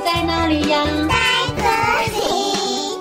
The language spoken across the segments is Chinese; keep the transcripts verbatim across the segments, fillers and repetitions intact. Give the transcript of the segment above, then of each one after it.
在哪里呀？ 在这里。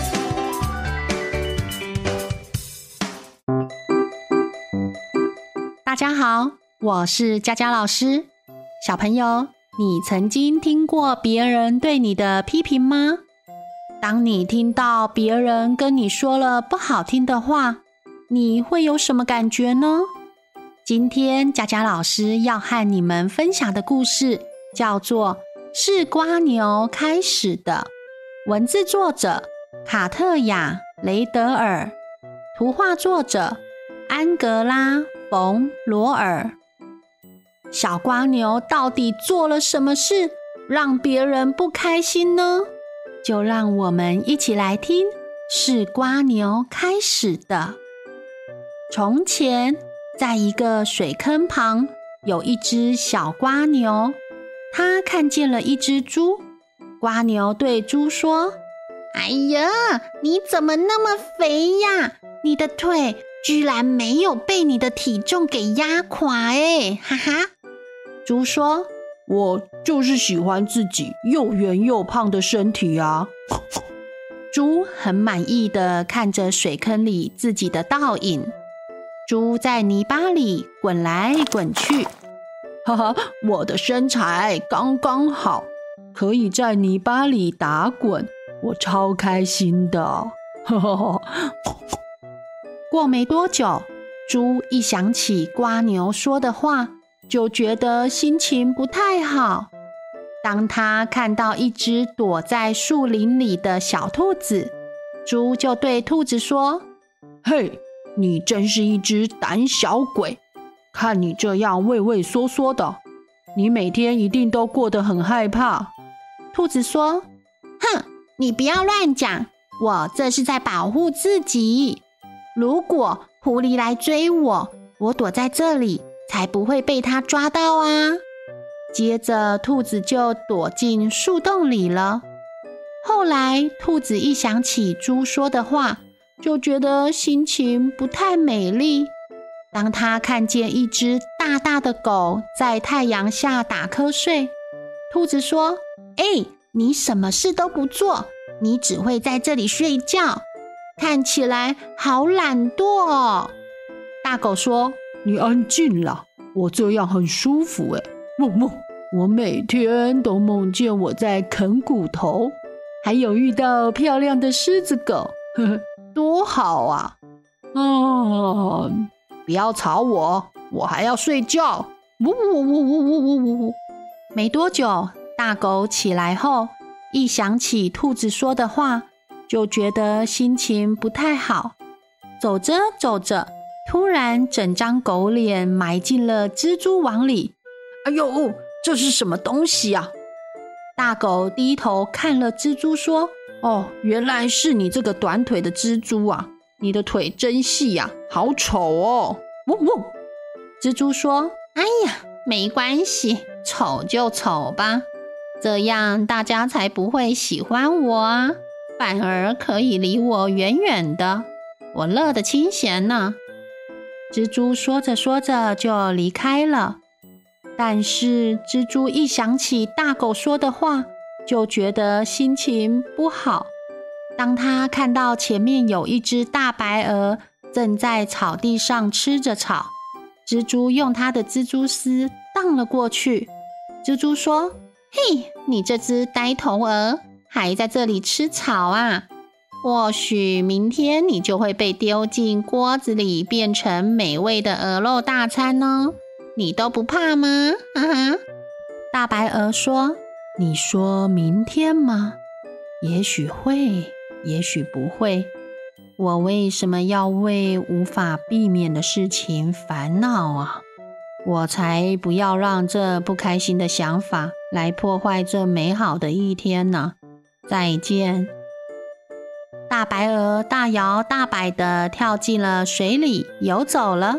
大家好，我是佳佳老师。小朋友，你曾经听过别人对你的批评吗？当你听到别人跟你说了不好听的话，你会有什么感觉呢？今天佳佳老师要和你们分享的故事叫做是蝸牛开始的，文字作者卡特雅·雷德尔，图画作者安格拉·冯·罗尔。小蝸牛到底做了什么事让别人不开心呢？就让我们一起来听是蝸牛开始的。从前，在一个水坑旁，有一只小蝸牛，它看见了一只猪。蝸牛对猪说：哎呀，你怎么那么肥呀？你的腿居然没有被你的体重给压垮哎，哈哈。猪说： 我就是喜欢自己又圆又胖的身体啊。 猪很满意地看着水坑里自己的倒影。猪在泥巴里滚来滚去， 哈哈，我的身材刚刚好，可以在泥巴里打滚，我超开心的。呵呵呵。 过没多久，猪一想起蝸牛说的话，就觉得心情不太好。当他看到一只躲在树林里的小兔子，猪就对兔子说： 嘿，你真是一只胆小鬼，看你这样畏畏缩缩的，你每天一定都过得很害怕。 兔子说：哼，你不要乱讲，我这是在保护自己。如果狐狸来追我，我躲在这里才不会被它抓到啊。接着兔子就躲进树洞里了。后来兔子一想起猪说的话，就觉得心情不太美丽。当他看见一只大大的狗在太阳下打瞌睡，兔子说：哎，你什么事都不做，你只会在这里睡觉，看起来好懒惰哦。大狗说： 你安静啦，我这样很舒服诶。梦梦，我每天都梦见我在啃骨头，还有遇到漂亮的狮子狗，呵呵，多好啊！啊，不要吵我，我还要睡觉。呜呜呜呜呜呜呜。 没多久，大狗起来后，一想起兔子说的话，就觉得心情不太好。走着走着，突然整张狗脸埋进了蜘蛛网里。 哎呦，这是什么东西啊？ 大狗低头看了蜘蛛说： 哦，原来是你这个短腿的蜘蛛啊，你的腿真细呀，好丑哦。嗡嗡。 蜘蛛说：哎呀，没关系，丑就丑吧，这样大家才不会喜欢我啊，反而可以离我远远的，我乐得清闲呢。蜘蛛说着说着就离开了。但是蜘蛛一想起大狗说的话，就觉得心情不好。当他看到前面有一只大白鹅正在草地上吃着草，蜘蛛用它的蜘蛛丝荡了过去。蜘蛛说：嘿，你这只呆头鹅还在这里吃草啊，或许明天你就会被丢进锅子里，变成美味的鹅肉大餐哦，你都不怕吗？哈哈。大白鹅说：你说明天吗？也许会，也许不会。我为什么要为无法避免的事情烦恼啊？我才不要让这不开心的想法来破坏这美好的一天呢。再见。大白鹅大摇大摆地跳进了水里，游走了。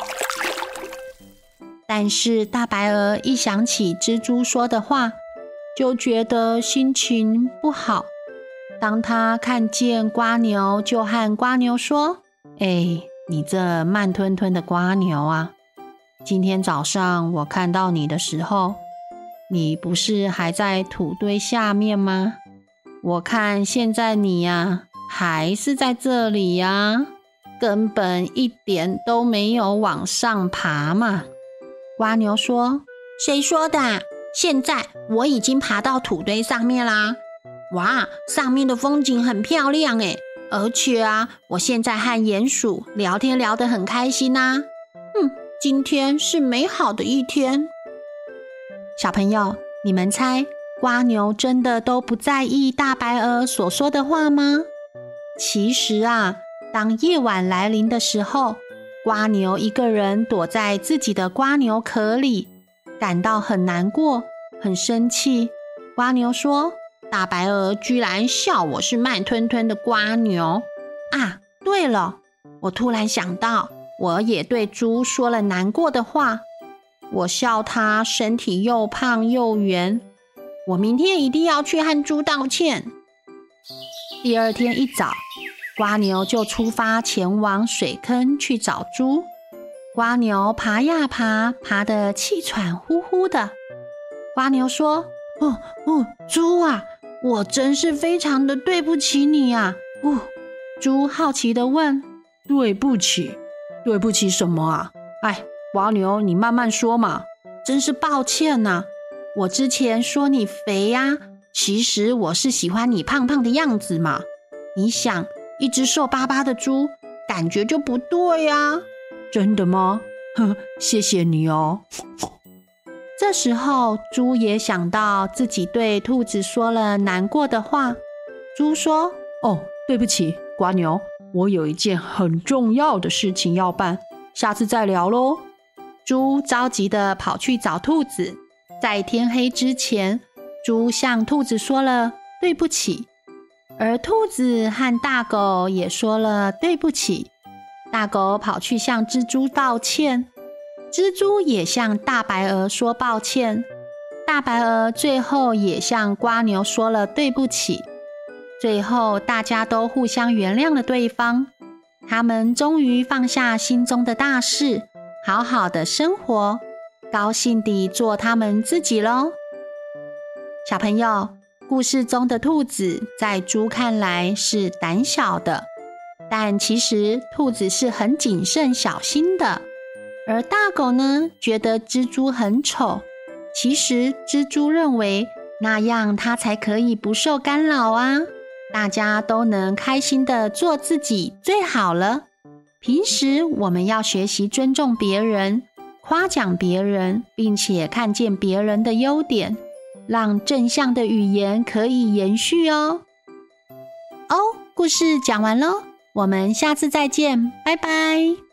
但是大白鹅一想起蜘蛛说的话，就觉得心情不好。当他看见蝸牛，就和蝸牛说：哎，你这慢吞吞的蝸牛啊，今天早上我看到你的时候， 你不是还在土堆下面吗？我看现在你呀、啊，还是在这里呀、啊，根本一点都没有往上爬嘛。 蜗牛说：谁说的？现在我已经爬到土堆上面啦！哇，上面的风景很漂亮诶，而且啊，我现在和鼹鼠聊天聊得很开心啊。嗯，今天是美好的一天。 小朋友，你们猜蜗牛真的都不在意大白鹅所说的话吗？其实啊，当夜晚来临的时候，蜗牛一个人躲在自己的蜗牛壳里，感到很难过，很生气。蜗牛说：大白鹅居然笑我是慢吞吞的蜗牛啊！对了，我突然想到，我也对猪说了难过的话。我笑它身体又胖又圆，我明天一定要去和猪道歉。第二天一早，蜗牛就出发前往水坑去找猪。蜗牛爬呀爬，爬得气喘呼呼的。蜗牛说：哦哦，猪啊，我真是非常的对不起你啊！哦，猪好奇地问： 对不起？对不起什么啊？ 哎，蜗牛，你慢慢说嘛。真是抱歉呐、啊，我之前说你肥呀、啊，其实我是喜欢你胖胖的样子嘛。你想，一只瘦巴巴的猪，感觉就不对呀、啊。 真的吗？呵，谢谢你哦。 这时候，猪也想到自己对兔子说了难过的话。猪说： 哦，对不起，蜗牛，我有一件很重要的事情要办，下次再聊咯。 猪着急地跑去找兔子，在天黑之前，猪向兔子说了对不起，而兔子和大狗也说了对不起。大狗跑去向蜘蛛道歉，蜘蛛也向大白鹅说抱歉，大白鹅最后也向蜗牛说了对不起。最后大家都互相原谅了对方，他们终于放下心中的大事，好好的生活，高兴地做他们自己咯。小朋友，故事中的兔子在猪看来是胆小的，但其实兔子是很谨慎小心的。而大狗呢，觉得蜘蛛很丑，其实蜘蛛认为那样它才可以不受干扰啊，大家都能开心的做自己最好了。平时我们要学习尊重别人，夸奖别人，并且看见别人的优点，让正向的语言可以延续哦。哦，故事讲完咯，我们下次再见，拜拜。